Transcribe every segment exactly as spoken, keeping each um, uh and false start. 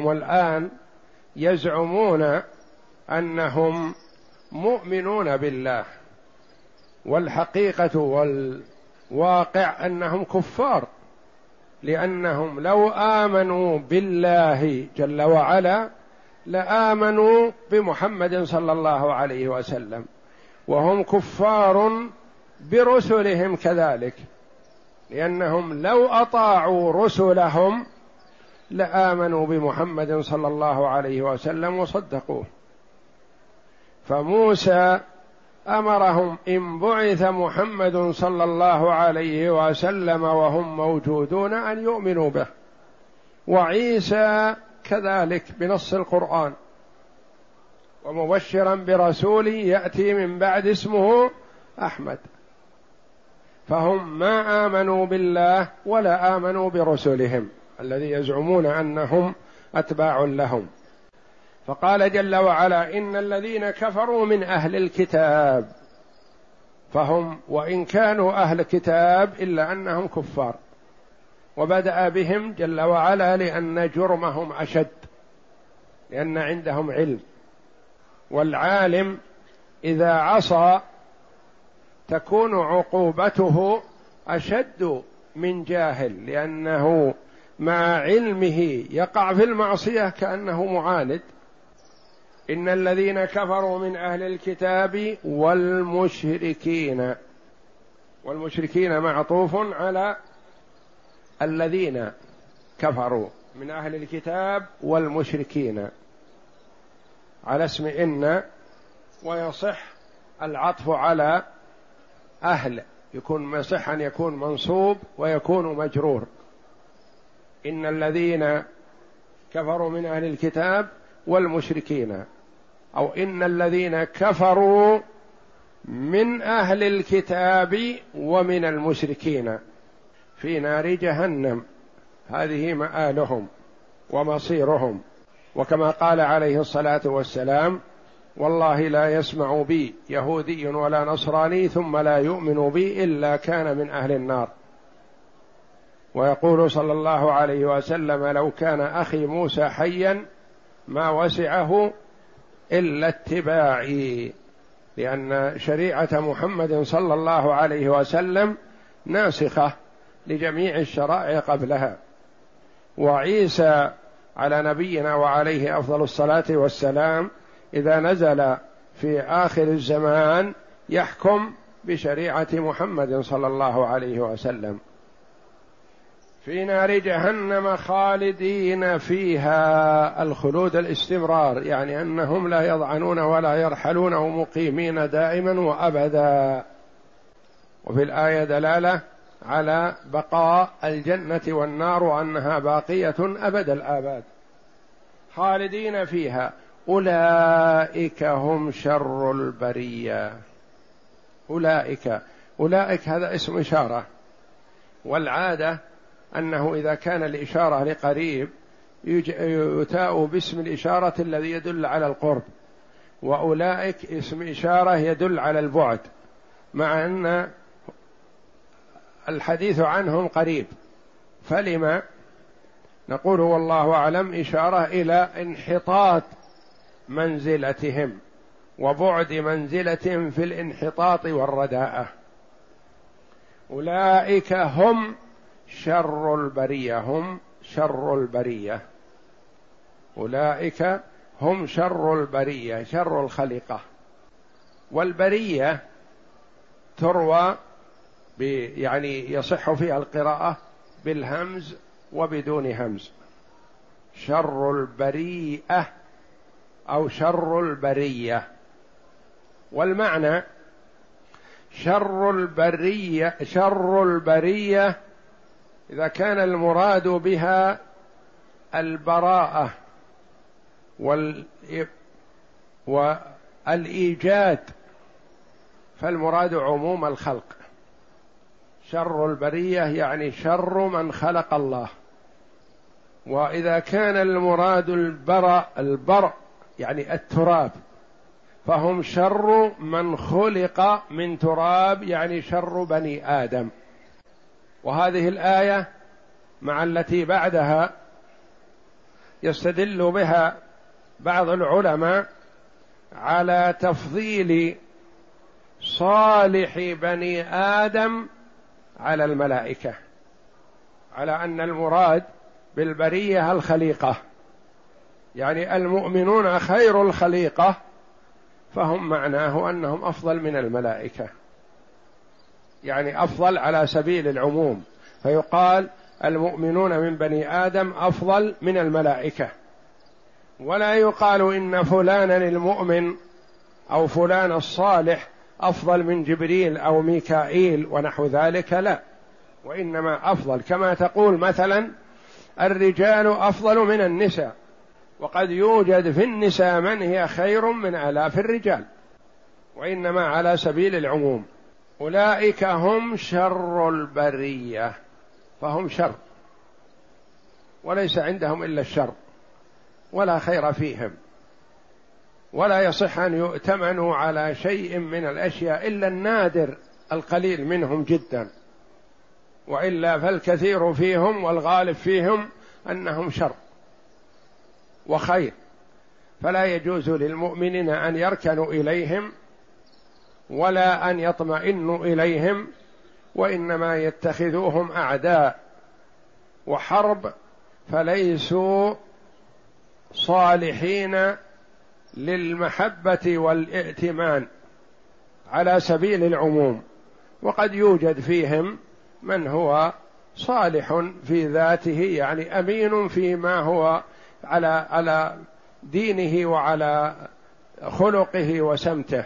هم الآن يزعمون أنهم مؤمنون بالله، والحقيقة والواقع أنهم كفار، لأنهم لو آمنوا بالله جل وعلا لآمنوا بمحمد صلى الله عليه وسلم، وهم كفار برسلهم كذلك، لأنهم لو أطاعوا رسلهم لآمنوا بمحمد صلى الله عليه وسلم وصدقوه. فموسى أمرهم إن بعث محمد صلى الله عليه وسلم وهم موجودون أن يؤمنوا به، وعيسى كذلك بنص القرآن: ومبشرا برسول يأتي من بعد اسمه أحمد. فهم ما آمنوا بالله ولا آمنوا برسلهم الذي يزعمون أنهم أتباع لهم. فقال جل وعلا: إن الذين كفروا من أهل الكتاب، فهم وإن كانوا أهل كتاب إلا أنهم كفار، وبدأ بهم جل وعلا لأن جرمهم أشد، لأن عندهم علم، والعالم إذا عصى تكون عقوبته أشد من جاهل، لأنه مع علمه يقع في المعصية كأنه معاند. إن الذين كفروا من أهل الكتاب والمشركين، والمشركين معطوف على الذين كفروا من أهل الكتاب والمشركين على اسم إن، ويصح العطف على أهل، يكون يصح أن يكون منصوب ويكون مجرور. إن الذين كفروا من أهل الكتاب والمشركين، أو إن الذين كفروا من أهل الكتاب ومن المشركين في نار جهنم، هذه مآلهم ومصيرهم. وكما قال عليه الصلاة والسلام: والله لا يسمع بي يهودي ولا نصراني ثم لا يؤمن بي إلا كان من أهل النار. ويقول صلى الله عليه وسلم: لو كان أخي موسى حيا ما وسعه إلا اتباعي، لأن شريعة محمد صلى الله عليه وسلم ناسخة لجميع الشرائع قبلها. وعيسى على نبينا وعليه أفضل الصلاة والسلام إذا نزل في آخر الزمان يحكم بشريعة محمد صلى الله عليه وسلم. في نار جهنم خالدين فيها، الخلود الاستمرار، يعني أنهم لا يضعنون ولا يرحلون ومقيمين دائما وأبدا. وفي الآية دلالة على بقاء الجنة والنار وأنها باقية أبد الآباد. خالدين فيها أولئك هم شر البرية. أولئك أولئك هذا اسم إشارة، والعادة أنه إذا كان الإشارة لقريب يتاء باسم الإشارة الذي يدل على القرب، وأولئك اسم إشارة يدل على البعد، مع أن الحديث عنهم قريب. فلما نقول والله أعلم إشارة إلى انحطاط منزلتهم وبعد منزلتهم في الانحطاط والرداءة. أولئك هم شر البرية، هم شر البرية، أولئك هم شر البرية، شر الخليقة. والبرية تروى يعني يصح فيها القراءة بالهمز وبدون همز، شر البريئة أو شر البرية. والمعنى شر البرية، شر البرية إذا كان المراد بها البراءة والإيجاد فالمراد عموم الخلق. شر البرية يعني شر من خلق الله. وإذا كان المراد البرء البرء يعني التراب فهم شر من خلق من تراب، يعني شر بني آدم. وهذه الآية مع التي بعدها يستدل بها بعض العلماء على تفضيل صالح بني آدم على الملائكة، على أن المراد بالبرية الخليقة، يعني المؤمنون خير الخليقة، فهم معناه أنهم أفضل من الملائكة، يعني أفضل على سبيل العموم، فيقال المؤمنون من بني آدم أفضل من الملائكة، ولا يقال إن فلانا المؤمن أو فلان الصالح أفضل من جبريل أو ميكائيل ونحو ذلك، لا، وإنما أفضل، كما تقول مثلا الرجال أفضل من النساء، وقد يوجد في النساء من هي خير من آلاف الرجال، وإنما على سبيل العموم. أولئك هم شر البرية، فهم شر وليس عندهم إلا الشر ولا خير فيهم، ولا يصح أن يؤتمنوا على شيء من الأشياء إلا النادر القليل منهم جدا، وإلا فالكثير فيهم والغالب فيهم أنهم شر وخير، فلا يجوز للمؤمنين أن يركنوا إليهم ولا أن يطمئنوا إليهم، وإنما يتخذوهم أعداء وحرب، فليسوا صالحين للمحبة والائتمان على سبيل العموم. وقد يوجد فيهم من هو صالح في ذاته، يعني أمين فيما هو على على دينه وعلى خلقه وسمته.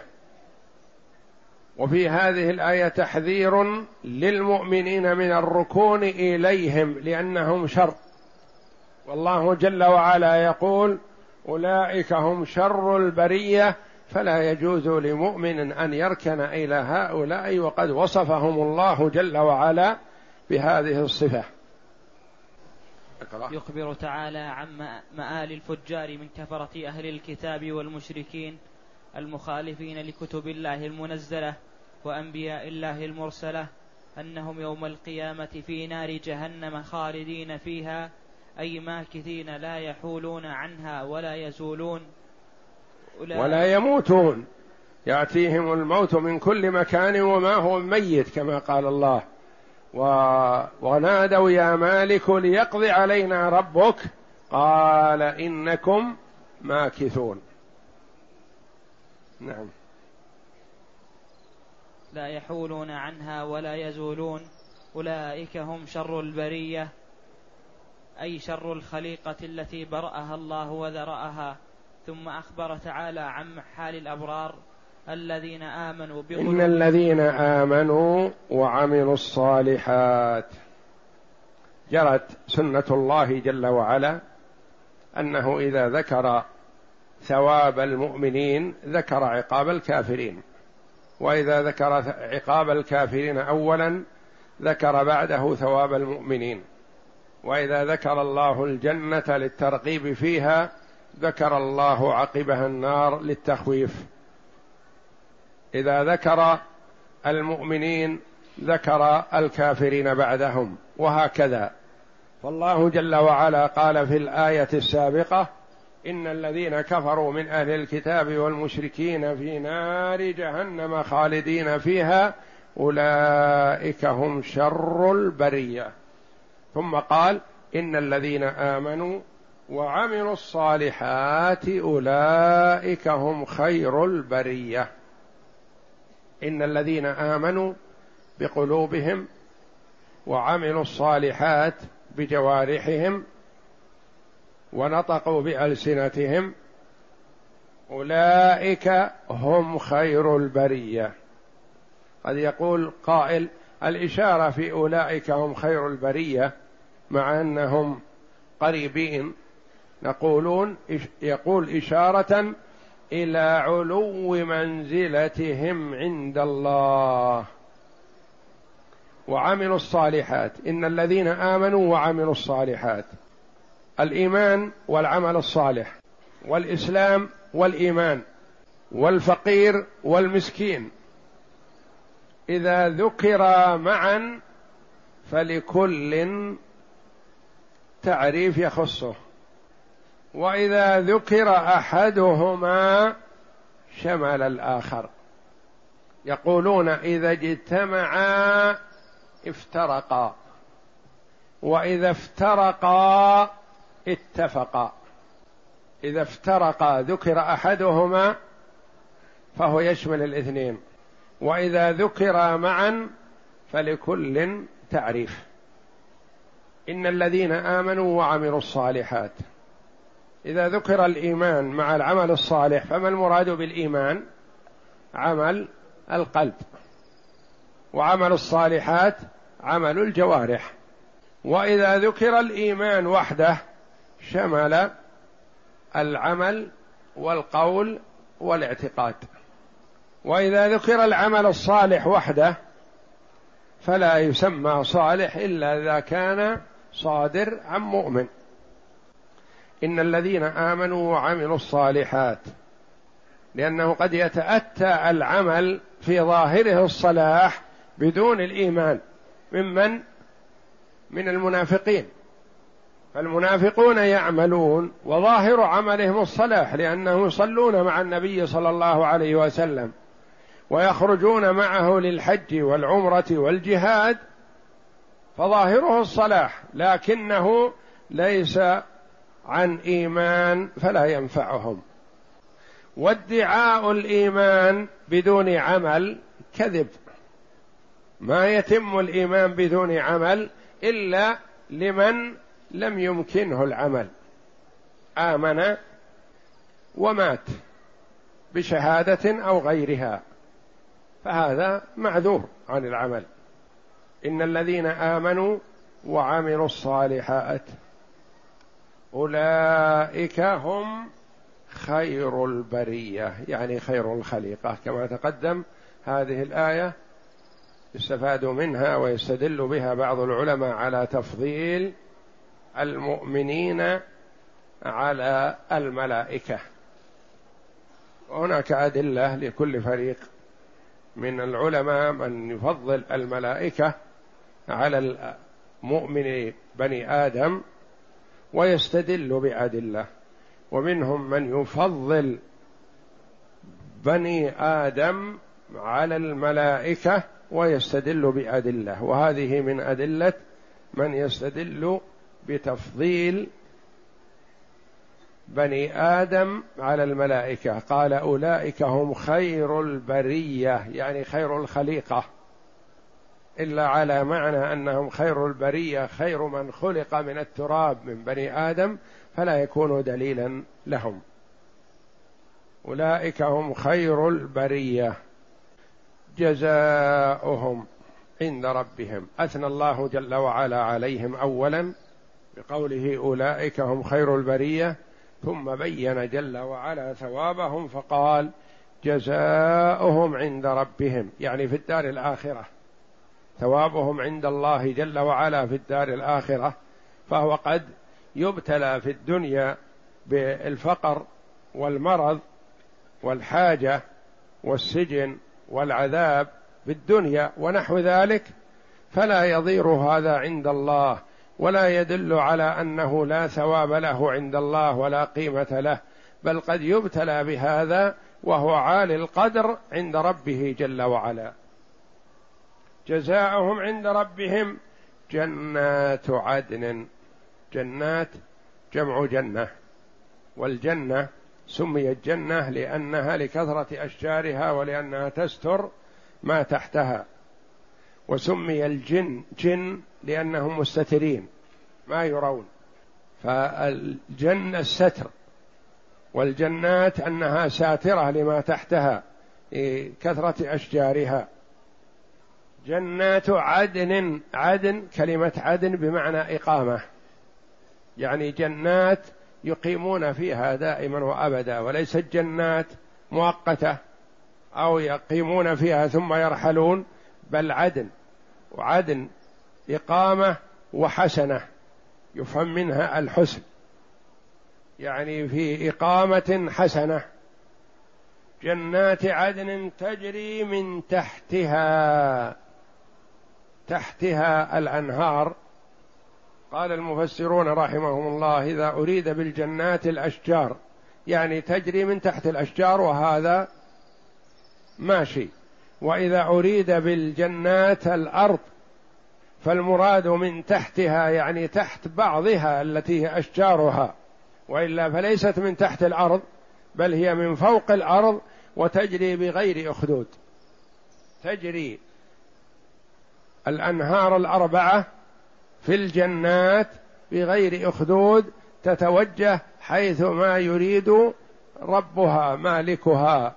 وفي هذه الآية تحذير للمؤمنين من الركون إليهم لأنهم شر، والله جل وعلا يقول أولئك هم شر البرية، فلا يجوز لمؤمن أن يركن إلى هؤلاء، وقد وصفهم الله جل وعلا بهذه الصفة. يخبر تعالى عن مآل الفجار من كفرة أهل الكتاب والمشركين المخالفين لكتب الله المنزلة وأنبياء الله المرسلة، أنهم يوم القيامة في نار جهنم خالدين فيها، أي ماكثين لا يحولون عنها ولا يزولون ولا يموتون، يأتيهم الموت من كل مكان وما هو ميت كما قال الله، و... ونادوا يا مالك ليقضي علينا ربك قال إنكم ماكثون. نعم. لا يحولون عنها ولا يزولون، أولئك هم شر البرية، أي شر الخليقة التي برأها الله وذرأها. ثم أخبر تعالى عن حال الأبرار الذين آمنوا إن الذين آمنوا وعملوا الصالحات. جرت سنة الله جل وعلا أنه إذا ذكر ثواب المؤمنين ذكر عقاب الكافرين، وإذا ذكر عقاب الكافرين أولا ذكر بعده ثواب المؤمنين، وإذا ذكر الله الجنة للترغيب فيها ذكر الله عقبها النار للتخويف، إذا ذكر المؤمنين ذكر الكافرين بعدهم، وهكذا. فالله جل وعلا قال في الآية السابقة إن الذين كفروا من أهل الكتاب والمشركين في نار جهنم خالدين فيها أولئك هم شر البرية، ثم قال إن الذين آمنوا وعملوا الصالحات أولئك هم خير البرية. إن الذين آمنوا بقلوبهم وعملوا الصالحات بجوارحهم ونطقوا بألسنتهم أولئك هم خير البرية. قد يقول قائل الإشارة في أولئك هم خير البرية مع أنهم قريبين، نقولون يقول إشارة إلى علو منزلتهم عند الله. وعملوا الصالحات، إن الذين آمنوا وعملوا الصالحات، الإيمان والعمل الصالح، والإسلام والإيمان، والفقير والمسكين، إذا ذكر معا فلكل تعريف يخصه، وإذا ذكر أحدهما شمل الآخر. يقولون إذا اجتمعا افترقا، وإذا افترقا اتفقا. إذا افترقا ذكر أحدهما فهو يشمل الاثنين، وإذا ذكر معا فلكل تعريف. إن الذين آمنوا وعملوا الصالحات، إذا ذكر الإيمان مع العمل الصالح فما المراد بالإيمان؟ عمل القلب، وعمل الصالحات عمل الجوارح. وإذا ذكر الإيمان وحده شمل العمل والقول والاعتقاد. وإذا ذكر العمل الصالح وحده فلا يسمى صالح إلا إذا كان صادر عن مؤمن. إن الذين آمنوا وعملوا الصالحات، لأنه قد يتأتى العمل في ظاهره الصلاح بدون الإيمان، ممن من المنافقين. فالمنافقون يعملون وظاهر عملهم الصلاح، لأنهم يصلون مع النبي صلى الله عليه وسلم ويخرجون معه للحج والعمرة والجهاد، فظاهره الصلاح، لكنه ليس عن إيمان فلا ينفعهم. وادعاء الإيمان بدون عمل كذب، ما يتم الإيمان بدون عمل إلا لمن لم يمكنه العمل، آمن ومات بشهادة أو غيرها، فهذا معذور عن العمل. إن الذين آمنوا وعملوا الصالحات أولئك هم خير البرية، يعني خير الخليقة، كما تقدم. هذه الآية يستفاد منها ويستدل بها بعض العلماء على تفضيل المؤمنين على الملائكة. هناك أدلة لكل فريق من العلماء من يفضل الملائكة على المؤمن بني آدم ويستدل بأدلة، ومنهم من يفضل بني آدم على الملائكة ويستدل بأدلة، وهذه من أدلة من يستدل بتفضيل بني آدم على الملائكة. قال أولئك هم خير البرية، يعني خير الخليقة، إلا على معنى أنهم خير البرية، خير من خلق من التراب من بني آدم، فلا يكون دليلا لهم. أولئك هم خير البرية جزاؤهم عند ربهم. أثنى الله جل وعلا عليهم أولا بقوله أولئك هم خير البرية، ثم بين جل وعلا ثوابهم فقال جزاؤهم عند ربهم، يعني في الدار الآخرة، ثوابهم عند الله جل وعلا في الدار الآخرة. فهو قد يبتلى في الدنيا بالفقر والمرض والحاجة والسجن والعذاب في الدنيا ونحو ذلك، فلا يضير هذا عند الله، ولا يدل على أنه لا ثواب له عند الله ولا قيمة له، بل قد يبتلى بهذا وهو عالي القدر عند ربه جل وعلا. جزاؤهم عند ربهم جنات عدن. جنات جمع جنة، والجنة سميت جنة لأنها لكثرة أشجارها ولأنها تستر ما تحتها، وسمي الجن جن لأنهم مستترين ما يرون، فالجنة الستر، والجنات أنها ساترة لما تحتها لكثرة أشجارها. جنات عدن، عدن كلمة عدن بمعنى إقامة، يعني جنات يقيمون فيها دائما وأبدا، وليست جنات مؤقتة أو يقيمون فيها ثم يرحلون، بل عدن، وعدن إقامة وحسنة، يفهم منها الحسن، يعني في إقامة حسنة. جنات عدن تجري من تحتها، تحتها الأنهار قال المفسرون رحمهم الله: إذا أريد بالجنات الأشجار يعني تجري من تحت الأشجار وهذا ماشي، وإذا أريد بالجنات الأرض فالمراد من تحتها يعني تحت بعضها التي هي أشجارها، وإلا فليست من تحت الأرض بل هي من فوق الأرض وتجري بغير أخدود. تجري الأنهار الأربعة في الجنات بغير أخدود، تتوجه حيث ما يريد ربها مالكها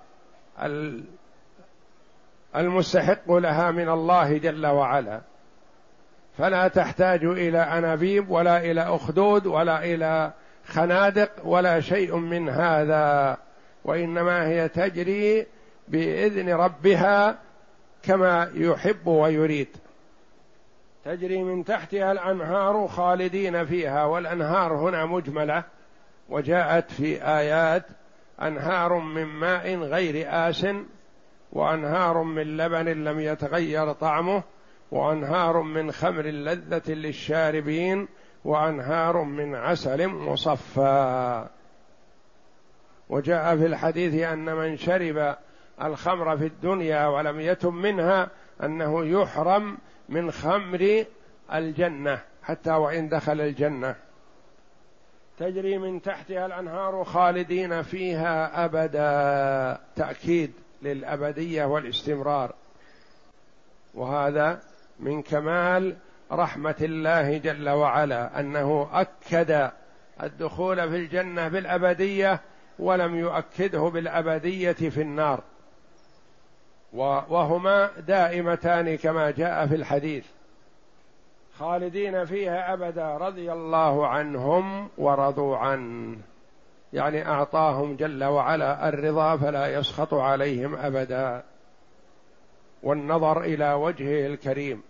المستحق لها من الله جل وعلا، فلا تحتاج إلى أنابيب ولا إلى أخدود ولا إلى خنادق ولا شيء من هذا، وإنما هي تجري بإذن ربها كما يحب ويريد. تجري من تحتها الأنهار خالدين فيها، والأنهار هنا مجملة، وجاءت في آيات: أنهار من ماء غير آسن، وأنهار من لبن لم يتغير طعمه، وأنهار من خمر لذة للشاربين، وأنهار من عسل مصفى. وجاء في الحديث أن من شرب الخمر في الدنيا ولم يتم منها أنه يحرم من خمر الجنة حتى وإن دخل الجنة. تجري من تحتها الأنهار خالدين فيها أبدا، تأكيد للأبدية والاستمرار، وهذا من كمال رحمة الله جل وعلا أنه أكد الدخول في الجنة بالأبدية ولم يؤكده بالأبدية في النار، وهما دائمتان كما جاء في الحديث: خالدين فيها أبدا رضي الله عنهم ورضوا عنه، يعني أعطاهم جل وعلا الرضا فلا يسخط عليهم أبدا، والنظر إلى وجهه الكريم.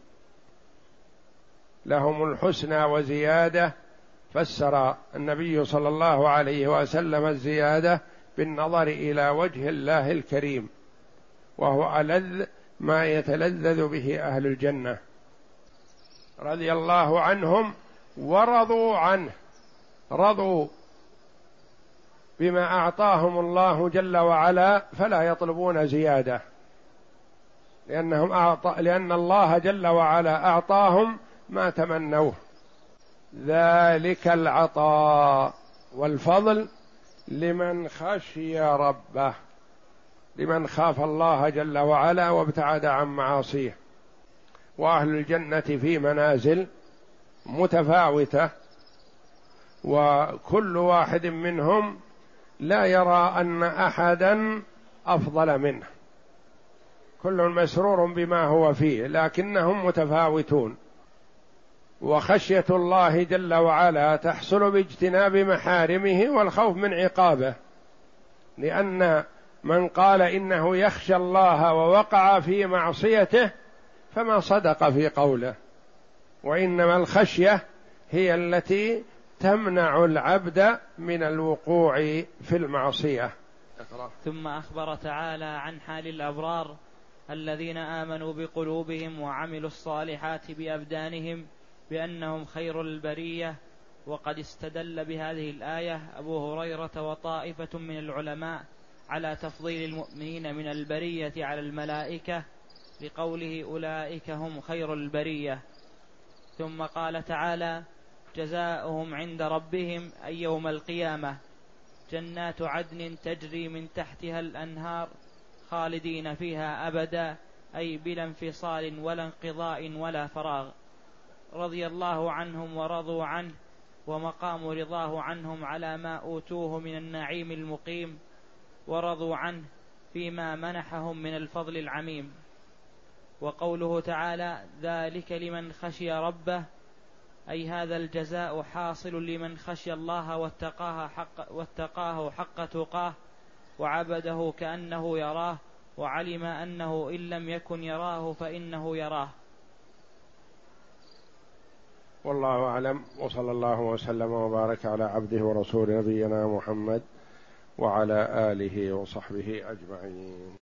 لهم الحسنى وزيادة، فسر النبي صلى الله عليه وسلم الزيادة بالنظر إلى وجه الله الكريم، وهو ألذ ما يتلذذ به أهل الجنة. رضي الله عنهم ورضوا عنه، رضوا بما أعطاهم الله جل وعلا فلا يطلبون زيادة، لأنهم أعطى لأن الله جل وعلا أعطاهم ما تمنوه. ذلك العطاء والفضل لمن خشي ربه، لمن خاف الله جل وعلا وابتعد عن معاصيه. وأهل الجنة في منازل متفاوتة، وكل واحد منهم لا يرى أن أحدا أفضل منه، كل مسرور بما هو فيه، لكنهم متفاوتون. وخشية الله جل وعلا تحصل باجتناب محارمه والخوف من عقابه، لأن من قال إنه يخشى الله ووقع في معصيته فما صدق في قوله، وإنما الخشية هي التي تمنع العبد من الوقوع في المعصية. ثم أخبر تعالى عن حال الأبرار الذين آمنوا بقلوبهم وعملوا الصالحات بأبدانهم بأنهم خير البرية. وقد استدل بهذه الآية أبو هريرة وطائفة من العلماء على تفضيل المؤمنين من البرية على الملائكة لقوله أولئك هم خير البرية. ثم قال تعالى: جزاؤهم عند ربهم أي يوم القيامة جنات عدن تجري من تحتها الأنهار خالدين فيها أبدا، أي بلا انفصال ولا انقضاء ولا فراغ. رضي الله عنهم ورضوا عنه، ومقام رضاه عنهم على ما أوتوه من النعيم المقيم، ورضوا عنه فيما منحهم من الفضل العميم. وقوله تعالى: ذلك لمن خشي ربه، أي هذا الجزاء حاصل لمن خشي الله واتقاه حق, واتقاه حق تقاه، وعبده كأنه يراه، وعلم أنه إن لم يكن يراه فإنه يراه. والله أعلم، وصلى الله وسلم وبارك على عبده ورسول نبينا محمد وعلى آله وصحبه أجمعين.